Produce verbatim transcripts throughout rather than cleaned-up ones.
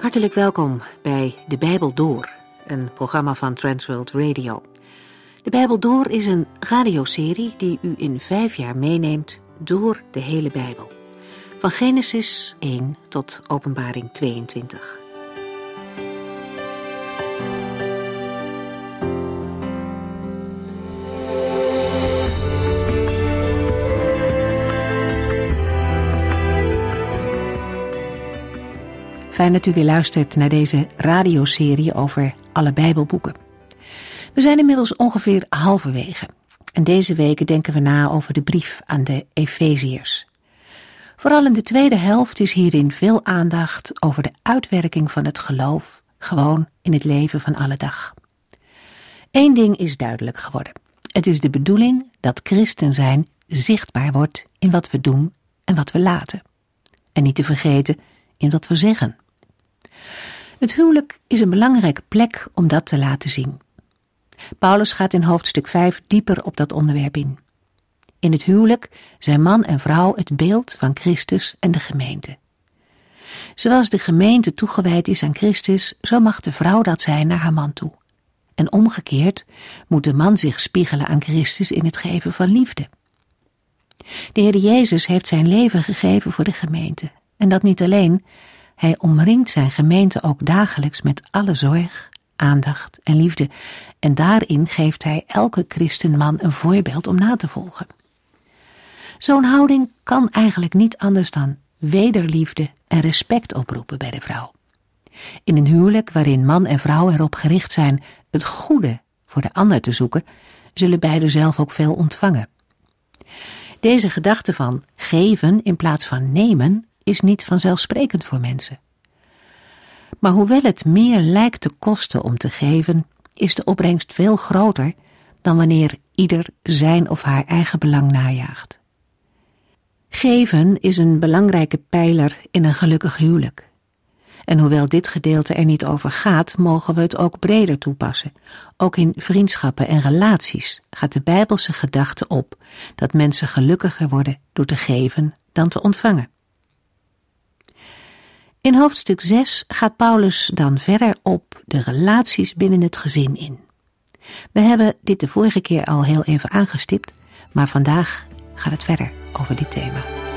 Hartelijk welkom bij De Bijbel Door, een programma van Transworld Radio. De Bijbel Door is een radioserie die u in vijf jaar meeneemt door de hele Bijbel. Van Genesis één tot Openbaring tweeëntwintig. Fijn dat u weer luistert naar deze radioserie over alle Bijbelboeken. We zijn inmiddels ongeveer halverwege. En deze weken denken we na over de brief aan de Efeziërs. Vooral in de tweede helft is hierin veel aandacht over de uitwerking van het geloof, gewoon in het leven van alle dag. Eén ding is duidelijk geworden. Het is de bedoeling dat christen zijn zichtbaar wordt in wat we doen en wat we laten. En niet te vergeten in wat we zeggen. Het huwelijk is een belangrijke plek om dat te laten zien. Paulus gaat in hoofdstuk vijf dieper op dat onderwerp in. In het huwelijk zijn man en vrouw het beeld van Christus en de gemeente. Zoals de gemeente toegewijd is aan Christus, zo mag de vrouw dat zijn naar haar man toe. En omgekeerd moet de man zich spiegelen aan Christus in het geven van liefde. De Heer Jezus heeft zijn leven gegeven voor de gemeente. En dat niet alleen, hij omringt zijn gemeente ook dagelijks met alle zorg, aandacht en liefde. En daarin geeft hij elke christenman een voorbeeld om na te volgen. Zo'n houding kan eigenlijk niet anders dan wederliefde en respect oproepen bij de vrouw. In een huwelijk waarin man en vrouw erop gericht zijn het goede voor de ander te zoeken, zullen beiden zelf ook veel ontvangen. Deze gedachte van geven in plaats van nemen is niet vanzelfsprekend voor mensen. Maar hoewel het meer lijkt te kosten om te geven, is de opbrengst veel groter dan wanneer ieder zijn of haar eigen belang najaagt. Geven is een belangrijke pijler in een gelukkig huwelijk. En hoewel dit gedeelte er niet over gaat, mogen we het ook breder toepassen. Ook in vriendschappen en relaties gaat de Bijbelse gedachte op dat mensen gelukkiger worden door te geven dan te ontvangen. In hoofdstuk zes gaat Paulus dan verder op de relaties binnen het gezin in. We hebben dit de vorige keer al heel even aangestipt, maar vandaag gaat het verder over dit thema.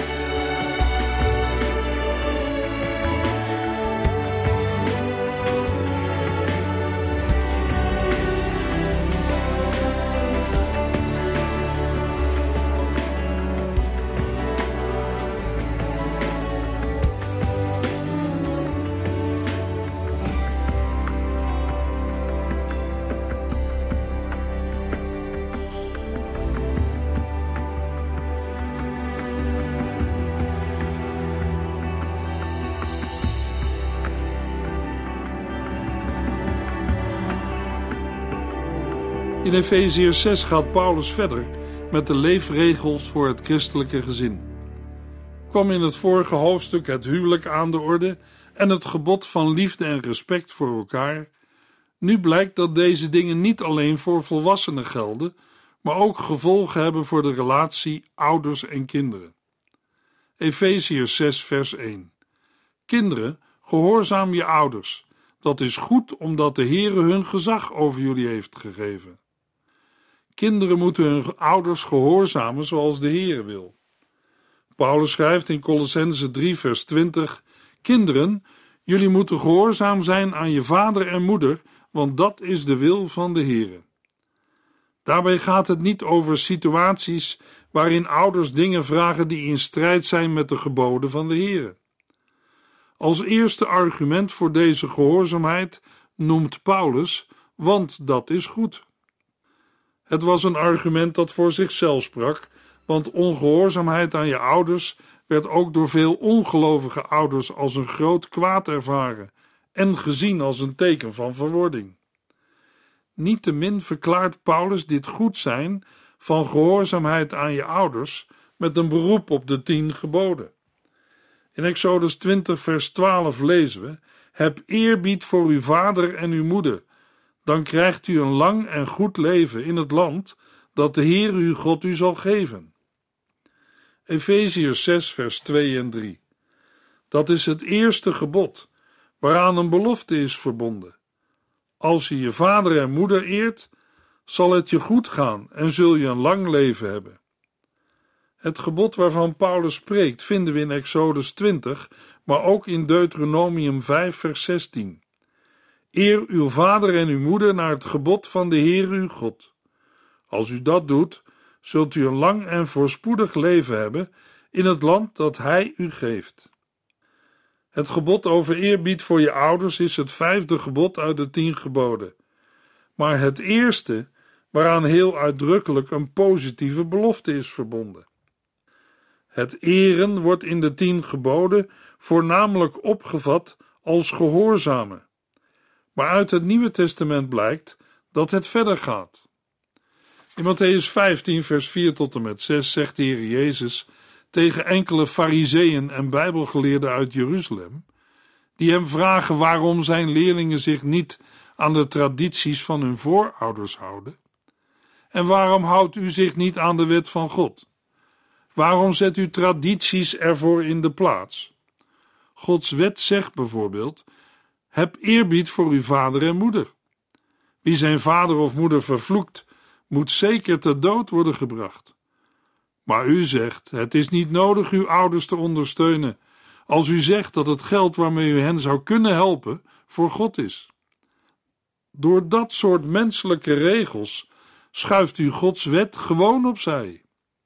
In Efeziërs zes gaat Paulus verder met de leefregels voor het christelijke gezin. Kwam in het vorige hoofdstuk het huwelijk aan de orde en het gebod van liefde en respect voor elkaar. Nu blijkt dat deze dingen niet alleen voor volwassenen gelden, maar ook gevolgen hebben voor de relatie ouders en kinderen. Efeziërs zes vers één. Kinderen, gehoorzaam je ouders. Dat is goed omdat de Heere hun gezag over jullie heeft gegeven. Kinderen moeten hun ouders gehoorzamen zoals de Heere wil. Paulus schrijft in Kolossenzen drie vers twintig: Kinderen, jullie moeten gehoorzaam zijn aan je vader en moeder, want dat is de wil van de Heere. Daarbij gaat het niet over situaties waarin ouders dingen vragen die in strijd zijn met de geboden van de Heere. Als eerste argument voor deze gehoorzaamheid noemt Paulus, want dat is goed. Het was een argument dat voor zichzelf sprak, want ongehoorzaamheid aan je ouders werd ook door veel ongelovige ouders als een groot kwaad ervaren en gezien als een teken van verwording. Niettemin verklaart Paulus dit goed zijn van gehoorzaamheid aan je ouders met een beroep op de tien geboden. In Exodus twintig vers twaalf lezen we: Heb eerbied voor uw vader en uw moeder, dan krijgt u een lang en goed leven in het land dat de Heer uw God u zal geven. Efeziërs zes vers twee en drie. Dat is het eerste gebod, waaraan een belofte is verbonden. Als je je vader en moeder eert, zal het je goed gaan en zul je een lang leven hebben. Het gebod waarvan Paulus spreekt vinden we in Exodus twintig, maar ook in Deuteronomium vijf vers zestien. Eer uw vader en uw moeder naar het gebod van de Heer uw God. Als u dat doet, zult u een lang en voorspoedig leven hebben in het land dat hij u geeft. Het gebod over eerbied voor je ouders is het vijfde gebod uit de tien geboden. Maar het eerste, waaraan heel uitdrukkelijk een positieve belofte is verbonden. Het eren wordt in de tien geboden voornamelijk opgevat als gehoorzamen. Maar uit het Nieuwe Testament blijkt dat het verder gaat. In Mattheüs vijftien vers vier tot en met zes zegt de Heer Jezus tegen enkele farizeeën en bijbelgeleerden uit Jeruzalem, die hem vragen waarom zijn leerlingen zich niet aan de tradities van hun voorouders houden. En waarom houdt u zich niet aan de wet van God? Waarom zet u tradities ervoor in de plaats? Gods wet zegt bijvoorbeeld: heb eerbied voor uw vader en moeder. Wie zijn vader of moeder vervloekt, moet zeker ter dood worden gebracht. Maar u zegt, het is niet nodig uw ouders te ondersteunen, als u zegt dat het geld waarmee u hen zou kunnen helpen, voor God is. Door dat soort menselijke regels schuift u Gods wet gewoon opzij.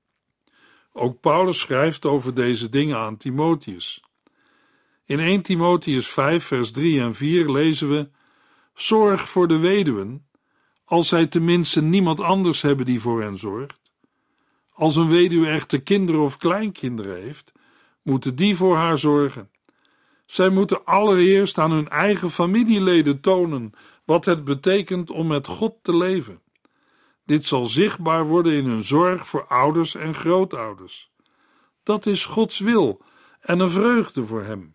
Ook Paulus schrijft over deze dingen aan Timotheus. In eerste Timotheus vijf vers drie en vier lezen we: zorg voor de weduwen, als zij tenminste niemand anders hebben die voor hen zorgt. Als een weduwe echter kinderen of kleinkinderen heeft, moeten die voor haar zorgen. Zij moeten allereerst aan hun eigen familieleden tonen wat het betekent om met God te leven. Dit zal zichtbaar worden in hun zorg voor ouders en grootouders. Dat is Gods wil en een vreugde voor hem.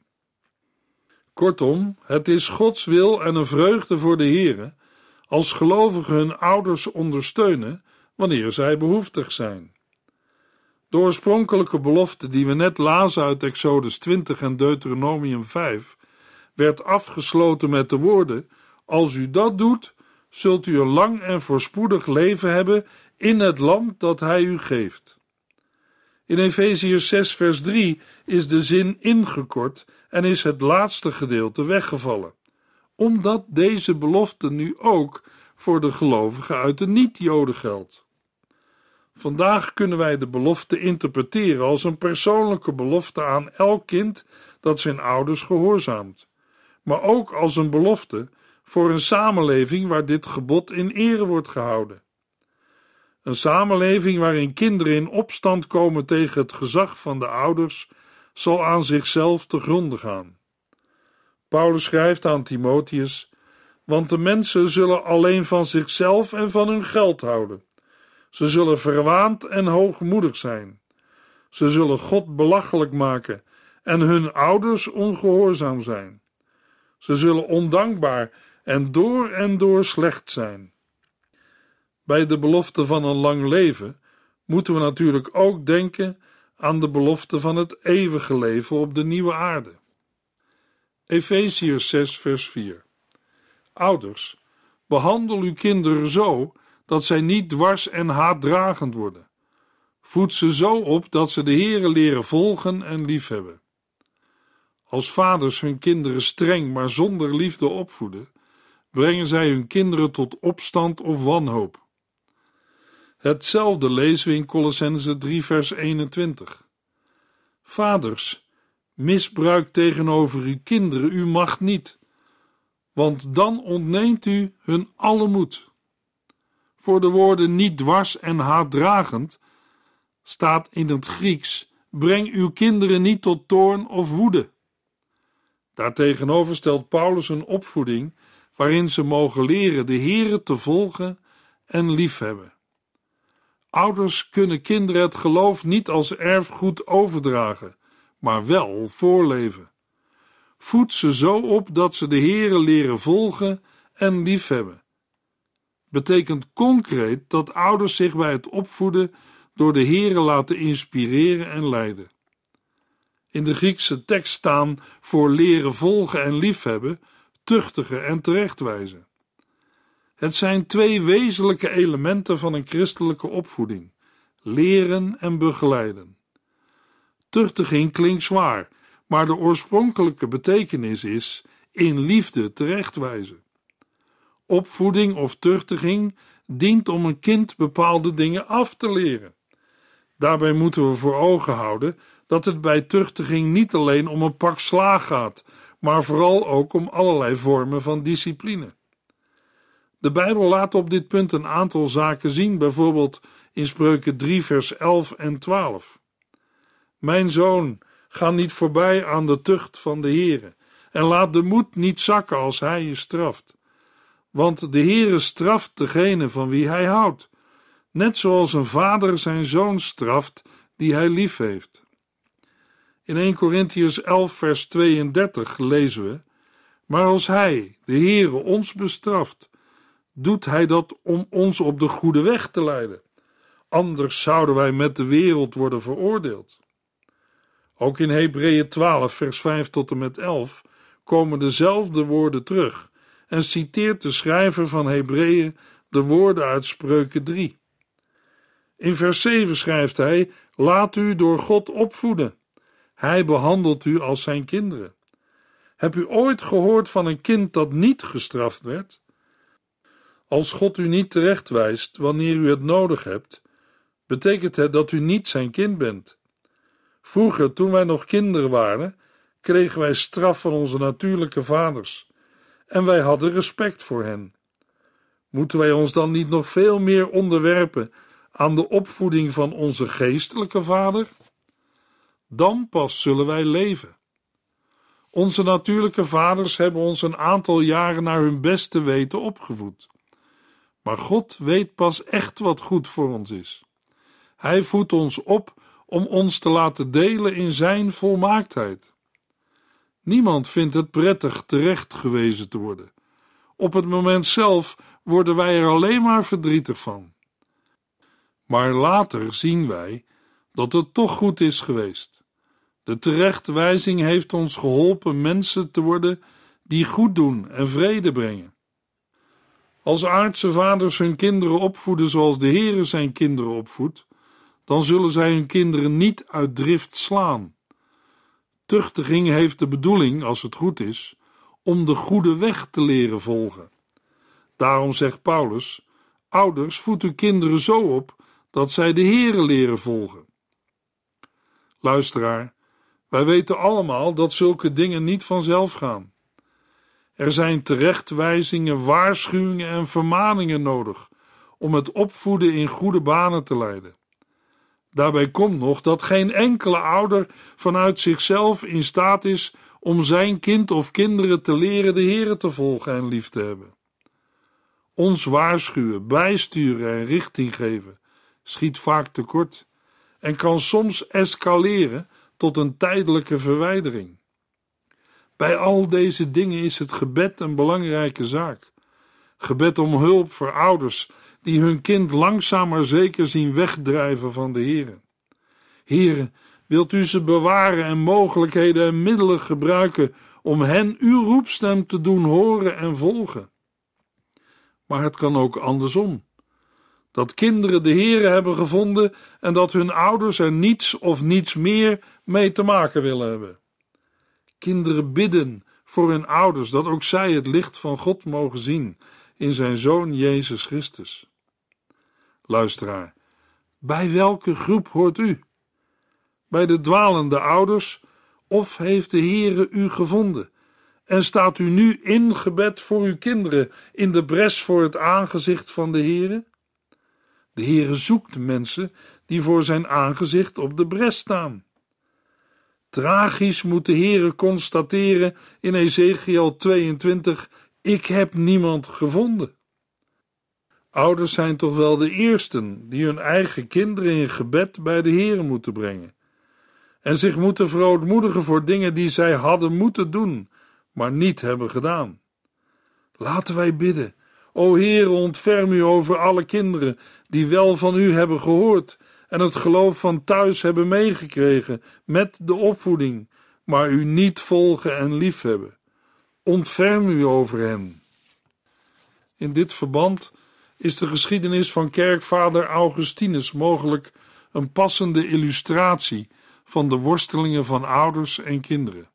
Kortom, het is Gods wil en een vreugde voor de Heere als gelovigen hun ouders ondersteunen wanneer zij behoeftig zijn. De oorspronkelijke belofte die we net lazen uit Exodus twintig en Deuteronomium vijf werd afgesloten met de woorden: als u dat doet, zult u een lang en voorspoedig leven hebben in het land dat hij u geeft. In Efeziërs zes vers drie is de zin ingekort en is het laatste gedeelte weggevallen, omdat deze belofte nu ook voor de gelovigen uit de niet-Joden geldt. Vandaag kunnen wij de belofte interpreteren als een persoonlijke belofte aan elk kind dat zijn ouders gehoorzaamt, maar ook als een belofte voor een samenleving waar dit gebod in ere wordt gehouden. Een samenleving waarin kinderen in opstand komen tegen het gezag van de ouders zal aan zichzelf te gronde gaan. Paulus schrijft aan Timotheus: want de mensen zullen alleen van zichzelf en van hun geld houden. Ze zullen verwaand en hoogmoedig zijn. Ze zullen God belachelijk maken en hun ouders ongehoorzaam zijn. Ze zullen ondankbaar en door en door slecht zijn. Bij de belofte van een lang leven moeten we natuurlijk ook denken aan de belofte van het eeuwige leven op de nieuwe aarde. Efeziërs zes vers vier. Ouders, behandel uw kinderen zo dat zij niet dwars en haatdragend worden. Voed ze zo op dat ze de Heere leren volgen en liefhebben. Als vaders hun kinderen streng maar zonder liefde opvoeden, brengen zij hun kinderen tot opstand of wanhoop. Hetzelfde lezen we in Kolossenzen drie vers eenentwintig. Vaders, misbruik tegenover uw kinderen uw macht niet, want dan ontneemt u hun alle moed. Voor de woorden niet dwars en haatdragend staat in het Grieks: breng uw kinderen niet tot toorn of woede. Daartegenover stelt Paulus een opvoeding waarin ze mogen leren de Heere te volgen en liefhebben. Ouders kunnen kinderen het geloof niet als erfgoed overdragen, maar wel voorleven. Voed ze zo op dat ze de Heere leren volgen en liefhebben. Betekent concreet dat ouders zich bij het opvoeden door de Heere laten inspireren en leiden. In de Griekse tekst staan voor leren volgen en liefhebben, tuchtigen en terechtwijzen. Het zijn twee wezenlijke elementen van een christelijke opvoeding: leren en begeleiden. Tuchtiging klinkt zwaar, maar de oorspronkelijke betekenis is in liefde terechtwijzen. Opvoeding of tuchtiging dient om een kind bepaalde dingen af te leren. Daarbij moeten we voor ogen houden dat het bij tuchtiging niet alleen om een pak slaag gaat, maar vooral ook om allerlei vormen van discipline. De Bijbel laat op dit punt een aantal zaken zien, bijvoorbeeld in Spreuken drie vers elf en twaalf. Mijn zoon, ga niet voorbij aan de tucht van de Heere en laat de moed niet zakken als hij je straft. Want de Heere straft degene van wie hij houdt, net zoals een vader zijn zoon straft die hij lief heeft. In eerste Korintiërs elf vers tweeëndertig lezen we: maar als hij, de Heere, ons bestraft, doet hij dat om ons op de goede weg te leiden. Anders zouden wij met de wereld worden veroordeeld. Ook in Hebreeën twaalf vers vijf tot en met elf komen dezelfde woorden terug en citeert de schrijver van Hebreeën de woorden uit Spreuken drie. In vers zeven schrijft hij: laat u door God opvoeden. Hij behandelt u als zijn kinderen. Heb u ooit gehoord van een kind dat niet gestraft werd? Als God u niet terechtwijst wanneer u het nodig hebt, betekent het dat u niet zijn kind bent. Vroeger, toen wij nog kinderen waren, kregen wij straf van onze natuurlijke vaders en wij hadden respect voor hen. Moeten wij ons dan niet nog veel meer onderwerpen aan de opvoeding van onze geestelijke vader? Dan pas zullen wij leven. Onze natuurlijke vaders hebben ons een aantal jaren naar hun beste weten opgevoed. Maar God weet pas echt wat goed voor ons is. Hij voedt ons op om ons te laten delen in zijn volmaaktheid. Niemand vindt het prettig terecht gewezen te worden. Op het moment zelf worden wij er alleen maar verdrietig van. Maar later zien wij dat het toch goed is geweest. De terechtwijzing heeft ons geholpen mensen te worden die goed doen en vrede brengen. Als aardse vaders hun kinderen opvoeden zoals de Heere zijn kinderen opvoedt, dan zullen zij hun kinderen niet uit drift slaan. Tuchtiging heeft de bedoeling, als het goed is, om de goede weg te leren volgen. Daarom zegt Paulus: ouders, voed uw kinderen zo op dat zij de Heere leren volgen. Luisteraar, wij weten allemaal dat zulke dingen niet vanzelf gaan. Er zijn terechtwijzingen, waarschuwingen en vermaningen nodig om het opvoeden in goede banen te leiden. Daarbij komt nog dat geen enkele ouder vanuit zichzelf in staat is om zijn kind of kinderen te leren de Heere te volgen en lief te hebben. Ons waarschuwen, bijsturen en richting geven schiet vaak tekort en kan soms escaleren tot een tijdelijke verwijdering. Bij al deze dingen is het gebed een belangrijke zaak. Gebed om hulp voor ouders die hun kind langzaam maar zeker zien wegdrijven van de Heere. Heere, wilt u ze bewaren en mogelijkheden en middelen gebruiken om hen uw roepstem te doen horen en volgen. Maar het kan ook andersom. Dat kinderen de Heere hebben gevonden en dat hun ouders er niets of niets meer mee te maken willen hebben. Kinderen bidden voor hun ouders dat ook zij het licht van God mogen zien in zijn Zoon Jezus Christus. Luisteraar, bij welke groep hoort u? Bij de dwalende ouders, of heeft de Heere u gevonden en staat u nu in gebed voor uw kinderen in de bres voor het aangezicht van de Heere? De Heere zoekt mensen die voor zijn aangezicht op de bres staan. Tragisch moet de Heere constateren in Ezechiël tweeëntwintig: ik heb niemand gevonden. Ouders zijn toch wel de eersten die hun eigen kinderen in gebed bij de Heere moeten brengen en zich moeten verootmoedigen voor dingen die zij hadden moeten doen, maar niet hebben gedaan. Laten wij bidden: o Heere, ontferm u over alle kinderen die wel van u hebben gehoord en het geloof van thuis hebben meegekregen met de opvoeding, maar u niet volgen en liefhebben. Ontferm u over hen. In dit verband is de geschiedenis van kerkvader Augustinus mogelijk een passende illustratie van de worstelingen van ouders en kinderen.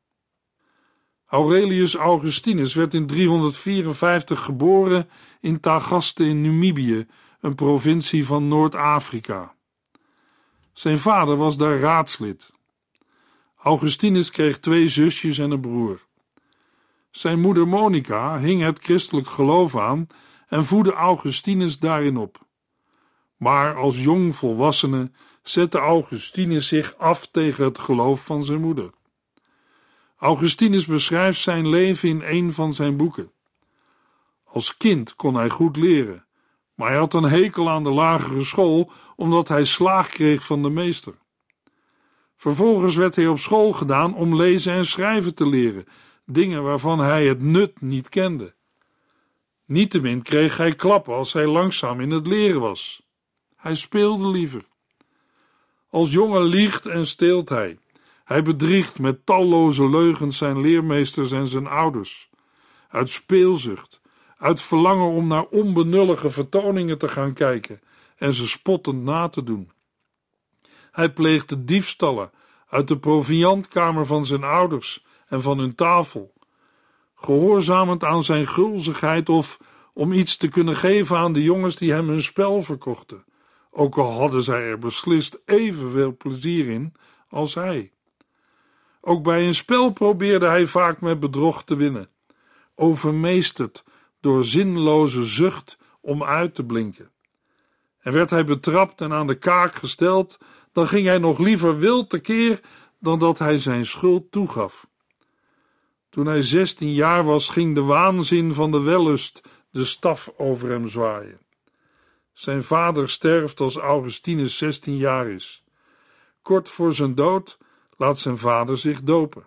Aurelius Augustinus werd in driehonderdvierenvijftig geboren in Tagaste in Namibië, een provincie van Noord-Afrika. Zijn vader was daar raadslid. Augustinus kreeg twee zusjes en een broer. Zijn moeder Monica hing het christelijk geloof aan en voedde Augustinus daarin op. Maar als jong volwassene zette Augustinus zich af tegen het geloof van zijn moeder. Augustinus beschrijft zijn leven in een van zijn boeken. Als kind kon hij goed leren, maar hij had een hekel aan de lagere school omdat hij slaag kreeg van de meester. Vervolgens werd hij op school gedaan om lezen en schrijven te leren, dingen waarvan hij het nut niet kende. Niettemin kreeg hij klappen als hij langzaam in het leren was. Hij speelde liever. Als jongen liegt en steelt hij. Hij bedriegt met talloze leugens zijn leermeesters en zijn ouders. Uit speelzucht, uit verlangen om naar onbenullige vertoningen te gaan kijken en ze spottend na te doen. Hij pleegde diefstallen uit de proviantkamer van zijn ouders en van hun tafel, gehoorzamend aan zijn gulzigheid of om iets te kunnen geven aan de jongens die hem hun spel verkochten, ook al hadden zij er beslist evenveel plezier in als hij. Ook bij een spel probeerde hij vaak met bedrog te winnen, overmeesterd door zinloze zucht om uit te blinken. En werd hij betrapt en aan de kaak gesteld, dan ging hij nog liever wild tekeer dan dat hij zijn schuld toegaf. Toen hij zestien jaar was, ging de waanzin van de wellust de staf over hem zwaaien. Zijn vader sterft als Augustinus zestien jaar is. Kort voor zijn dood laat zijn vader zich dopen.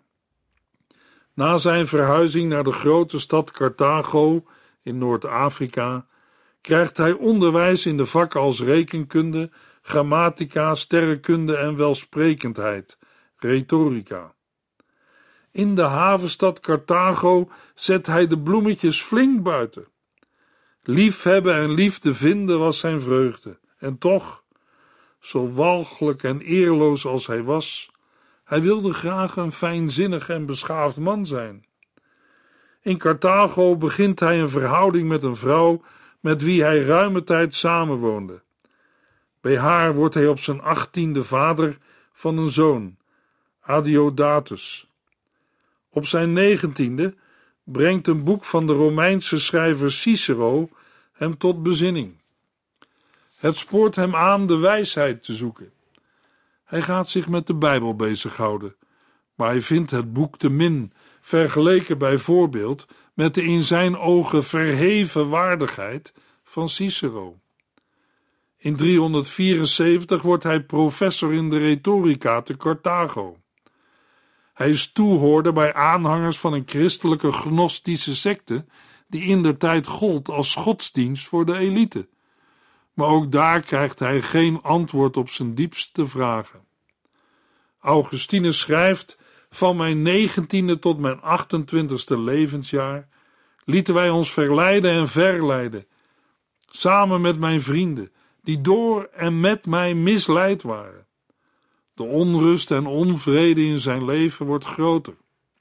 Na zijn verhuizing naar de grote stad Carthago in Noord-Afrika krijgt hij onderwijs in de vakken als rekenkunde, grammatica, sterrenkunde en welsprekendheid, retorica. In de havenstad Carthago zet hij de bloemetjes flink buiten. Liefhebben en liefde vinden was zijn vreugde. En toch, zo walgelijk en eerloos als hij was, hij wilde graag een fijnzinnig en beschaafd man zijn. In Carthago begint hij een verhouding met een vrouw met wie hij ruime tijd samenwoonde. Bij haar wordt hij op zijn achttiende vader van een zoon, Adeodatus. Op zijn negentiende brengt een boek van de Romeinse schrijver Cicero hem tot bezinning. Het spoort hem aan de wijsheid te zoeken. Hij gaat zich met de Bijbel bezighouden, maar hij vindt het boek te min, vergeleken bijvoorbeeld met de in zijn ogen verheven waardigheid van Cicero. In driehonderdvierenzeventig wordt hij professor in de retorica te Carthago. Hij is toehoorder bij aanhangers van een christelijke gnostische secte die indertijd gold als godsdienst voor de elite. Maar ook daar krijgt hij geen antwoord op zijn diepste vragen. Augustinus schrijft: van mijn negentiende tot mijn achtentwintigste levensjaar lieten wij ons verleiden en verleiden, samen met mijn vrienden, die door en met mij misleid waren. De onrust en onvrede in zijn leven wordt groter.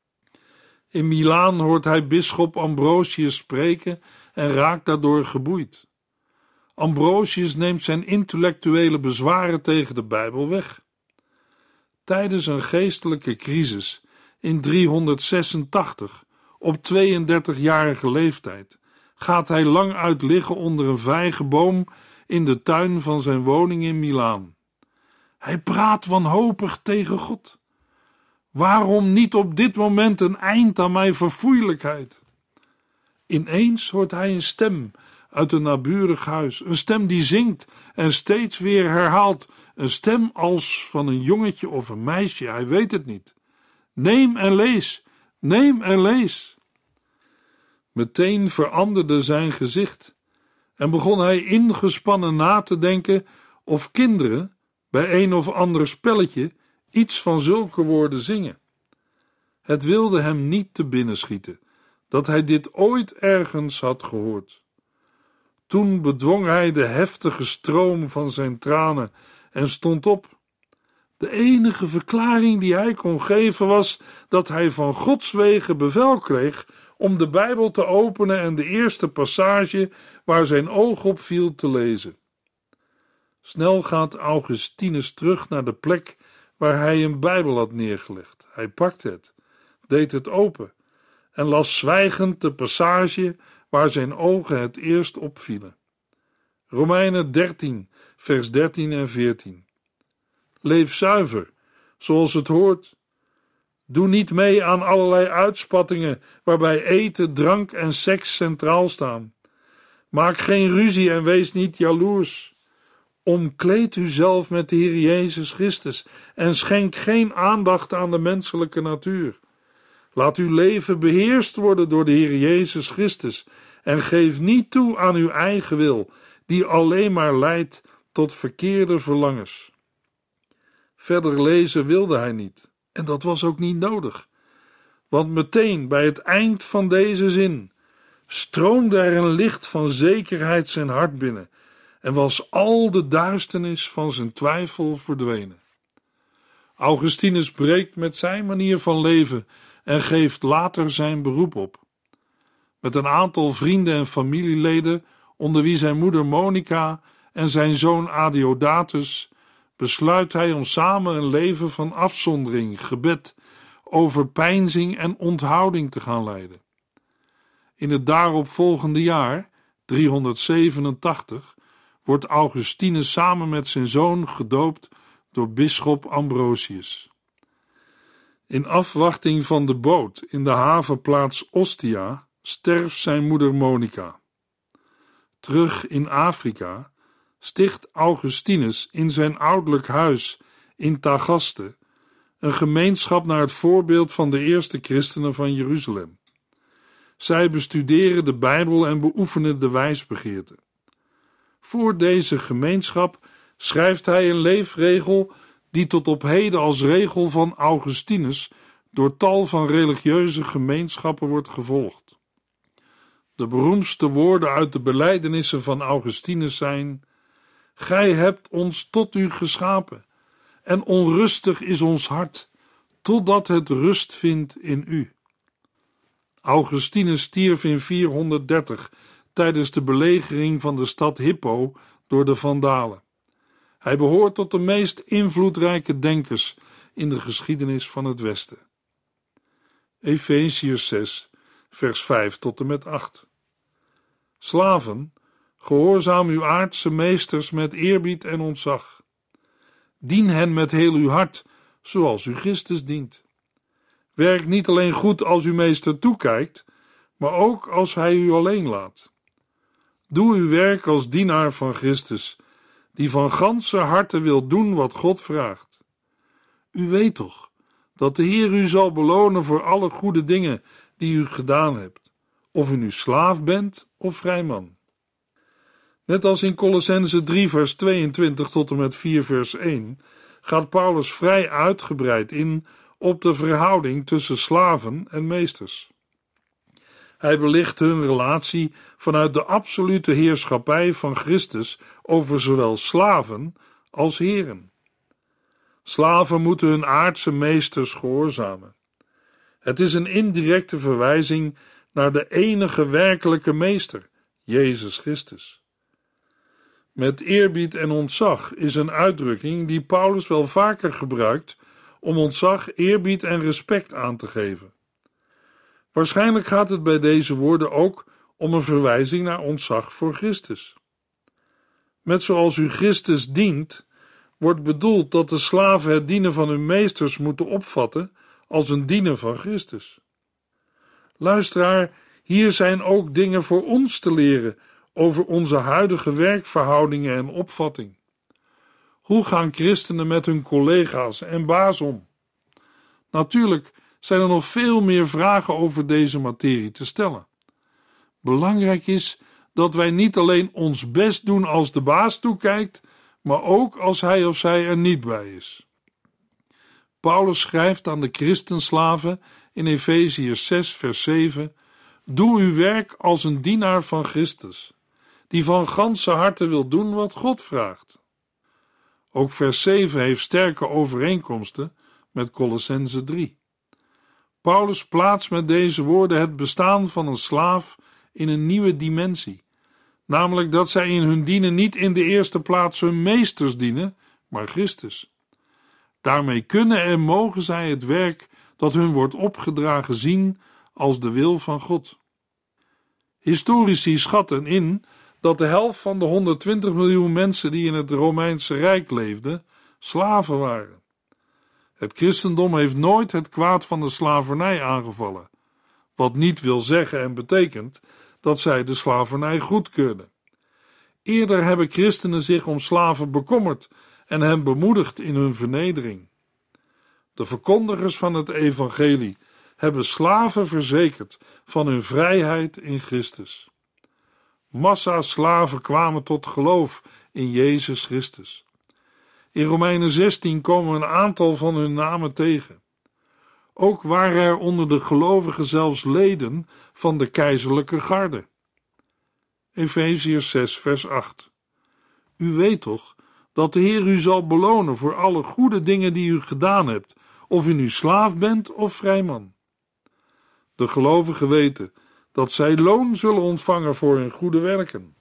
In Milaan hoort hij bisschop Ambrosius spreken en raakt daardoor geboeid. Ambrosius neemt zijn intellectuele bezwaren tegen de Bijbel weg. Tijdens een geestelijke crisis in driehonderdzesentachtig, op tweeëndertigjarige leeftijd, gaat hij lang uit liggen onder een vijgenboom in de tuin van zijn woning in Milaan. Hij praat wanhopig tegen God. Waarom niet op dit moment een eind aan mijn verfoeilijkheid? Ineens hoort hij een stem uit een naburig huis, een stem die zingt en steeds weer herhaalt, een stem als van een jongetje of een meisje, hij weet het niet. Neem en lees, neem en lees. Meteen veranderde zijn gezicht en begon hij ingespannen na te denken of kinderen, bij een of ander spelletje iets van zulke woorden zingen. Het wilde hem niet te binnen schieten dat hij dit ooit ergens had gehoord. Toen bedwong hij de heftige stroom van zijn tranen en stond op. De enige verklaring die hij kon geven was dat hij van Gods wegen bevel kreeg om de Bijbel te openen en de eerste passage waar zijn oog op viel te lezen. Snel gaat Augustinus terug naar de plek waar hij een Bijbel had neergelegd. Hij pakte het, deed het open en las zwijgend de passage waar zijn ogen het eerst opvielen. Romeinen dertien, vers dertien en veertien. Leef zuiver, zoals het hoort. Doe niet mee aan allerlei uitspattingen waarbij eten, drank en seks centraal staan. Maak geen ruzie en wees niet jaloers. Omkleed u zelf met de Heer Jezus Christus en schenk geen aandacht aan de menselijke natuur. Laat uw leven beheerst worden door de Heer Jezus Christus en geef niet toe aan uw eigen wil, die alleen maar leidt tot verkeerde verlangens. Verder lezen wilde hij niet, en dat was ook niet nodig, want meteen bij het eind van deze zin stroomde er een licht van zekerheid zijn hart binnen en was al de duisternis van zijn twijfel verdwenen. Augustinus breekt met zijn manier van leven en geeft later zijn beroep op. Met een aantal vrienden en familieleden, onder wie zijn moeder Monica en zijn zoon Adeodatus, besluit hij om samen een leven van afzondering, gebed, overpeinzing en onthouding te gaan leiden. In het daaropvolgende jaar, driehonderdzevenentachtig, wordt Augustinus samen met zijn zoon gedoopt door bisschop Ambrosius. In afwachting van de boot in de havenplaats Ostia sterft zijn moeder Monica. Terug in Afrika sticht Augustinus in zijn ouderlijk huis in Tagaste een gemeenschap naar het voorbeeld van de eerste christenen van Jeruzalem. Zij bestuderen de Bijbel en beoefenen de wijsbegeerte. Voor deze gemeenschap schrijft hij een leefregel die tot op heden als regel van Augustinus door tal van religieuze gemeenschappen wordt gevolgd. De beroemdste woorden uit de belijdenissen van Augustinus zijn: Gij hebt ons tot u geschapen, en onrustig is ons hart, totdat het rust vindt in u. Augustinus stierf in vierhonderddertig tijdens de belegering van de stad Hippo door de Vandalen. Hij behoort tot de meest invloedrijke denkers in de geschiedenis van het Westen. Efeziërs zes, vers vijf tot en met acht. Slaven, gehoorzaam uw aardse meesters met eerbied en ontzag. Dien hen met heel uw hart, zoals u Christus dient. Werk niet alleen goed als uw meester toekijkt, maar ook als hij u alleen laat. Doe uw werk als dienaar van Christus, die van ganse harte wil doen wat God vraagt. U weet toch dat de Heer u zal belonen voor alle goede dingen die u gedaan hebt, of u nu slaaf bent of vrijman. Net als in Kolossenzen drie vers tweeëntwintig tot en met vier vers één gaat Paulus vrij uitgebreid in op de verhouding tussen slaven en meesters. Hij belicht hun relatie vanuit de absolute heerschappij van Christus over zowel slaven als heren. Slaven moeten hun aardse meesters gehoorzamen. Het is een indirecte verwijzing naar de enige werkelijke meester, Jezus Christus. Met eerbied en ontzag is een uitdrukking die Paulus wel vaker gebruikt om ontzag, eerbied en respect aan te geven. Waarschijnlijk gaat het bij deze woorden ook om een verwijzing naar ontzag voor Christus. Met zoals u Christus dient, wordt bedoeld dat de slaven het dienen van hun meesters moeten opvatten als een dienen van Christus. Luisteraar, hier zijn ook dingen voor ons te leren over onze huidige werkverhoudingen en opvatting. Hoe gaan christenen met hun collega's en baas om? Natuurlijk zijn er nog veel meer vragen over deze materie te stellen. Belangrijk is dat wij niet alleen ons best doen als de baas toekijkt, maar ook als hij of zij er niet bij is. Paulus schrijft aan de christenslaven in Efeziërs zes vers zeven: Doe uw werk als een dienaar van Christus, die van ganse harte wil doen wat God vraagt. Ook vers zeven heeft sterke overeenkomsten met Kolossenzen drie. Paulus plaatst met deze woorden het bestaan van een slaaf in een nieuwe dimensie, namelijk dat zij in hun dienen niet in de eerste plaats hun meesters dienen, maar Christus. Daarmee kunnen en mogen zij het werk dat hun wordt opgedragen zien als de wil van God. Historici schatten in dat de helft van de honderdtwintig miljoen mensen die in het Romeinse Rijk leefden, slaven waren. Het christendom heeft nooit het kwaad van de slavernij aangevallen, wat niet wil zeggen en betekent dat zij de slavernij goedkeurden. Eerder hebben christenen zich om slaven bekommerd en hen bemoedigd in hun vernedering. De verkondigers van het evangelie hebben slaven verzekerd van hun vrijheid in Christus. Massa slaven kwamen tot geloof in Jezus Christus. In Romeinen zestien komen we een aantal van hun namen tegen. Ook waren er onder de gelovigen zelfs leden van de keizerlijke garde. Efeziërs zes vers acht. U weet toch dat de Heer u zal belonen voor alle goede dingen die u gedaan hebt, of u nu slaaf bent of vrijman. De gelovigen weten dat zij loon zullen ontvangen voor hun goede werken.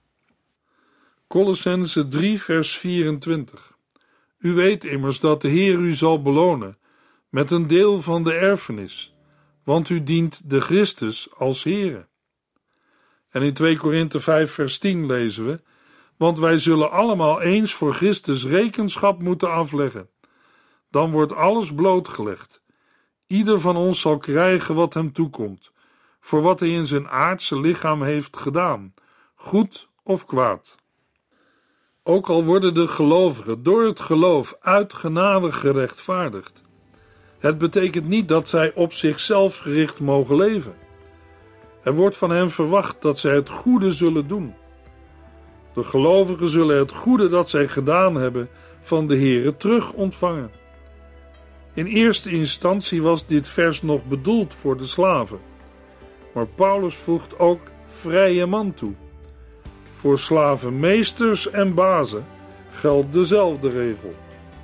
Kolossenzen drie vers vierentwintig. U weet immers dat de Heer u zal belonen met een deel van de erfenis, want u dient de Christus als Heere. En in twee Korinthe vijf vers tien lezen we: Want wij zullen allemaal eens voor Christus rekenschap moeten afleggen. Dan wordt alles blootgelegd. Ieder van ons zal krijgen wat hem toekomt, voor wat hij in zijn aardse lichaam heeft gedaan, goed of kwaad. Ook al worden de gelovigen door het geloof uit genade gerechtvaardigd, het betekent niet dat zij op zichzelf gericht mogen leven. Er wordt van hen verwacht dat zij het goede zullen doen. De gelovigen zullen het goede dat zij gedaan hebben van de Heere terug ontvangen. In eerste instantie was dit vers nog bedoeld voor de slaven, maar Paulus voegt ook vrije man toe. Voor slavenmeesters en bazen geldt dezelfde regel.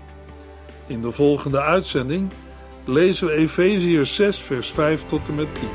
In de volgende uitzending lezen we Efeziërs zes vers vijf tot en met tien.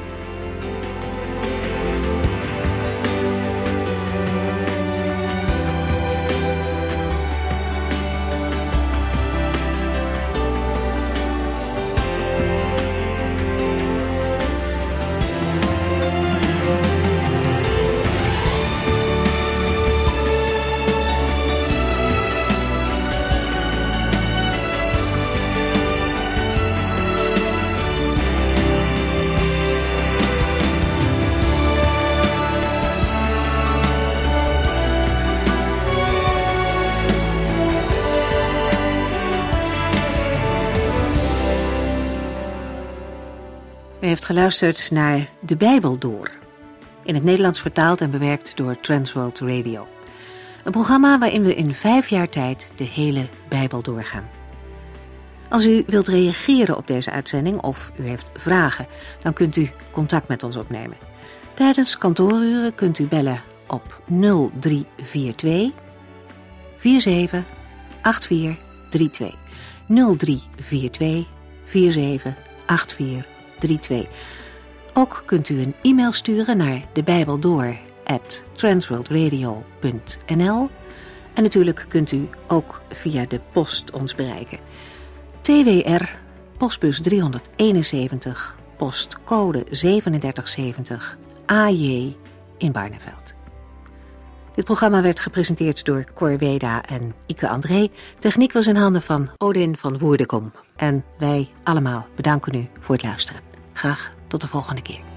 U heeft geluisterd naar De Bijbel Door, in het Nederlands vertaald en bewerkt door Transworld Radio. Een programma waarin we in vijf jaar tijd de hele Bijbel doorgaan. Als u wilt reageren op deze uitzending of u heeft vragen, dan kunt u contact met ons opnemen. Tijdens kantooruren kunt u bellen op nul drie vier twee vier zeven acht vier drie twee. nul drie vier twee vier zeven acht vier drie twee. Ook kunt u een e-mail sturen naar debijbeldoor at transworldradio punt n l en natuurlijk kunt u ook via de post ons bereiken. T W R, postbus driehonderdeenenzeventig, postcode zevenendertig zeventig, A J in Barneveld. Dit programma werd gepresenteerd door Cor Weda en Ike André. Techniek was in handen van Odin van Woerdekom. En wij allemaal bedanken u voor het luisteren. Graag tot de volgende keer.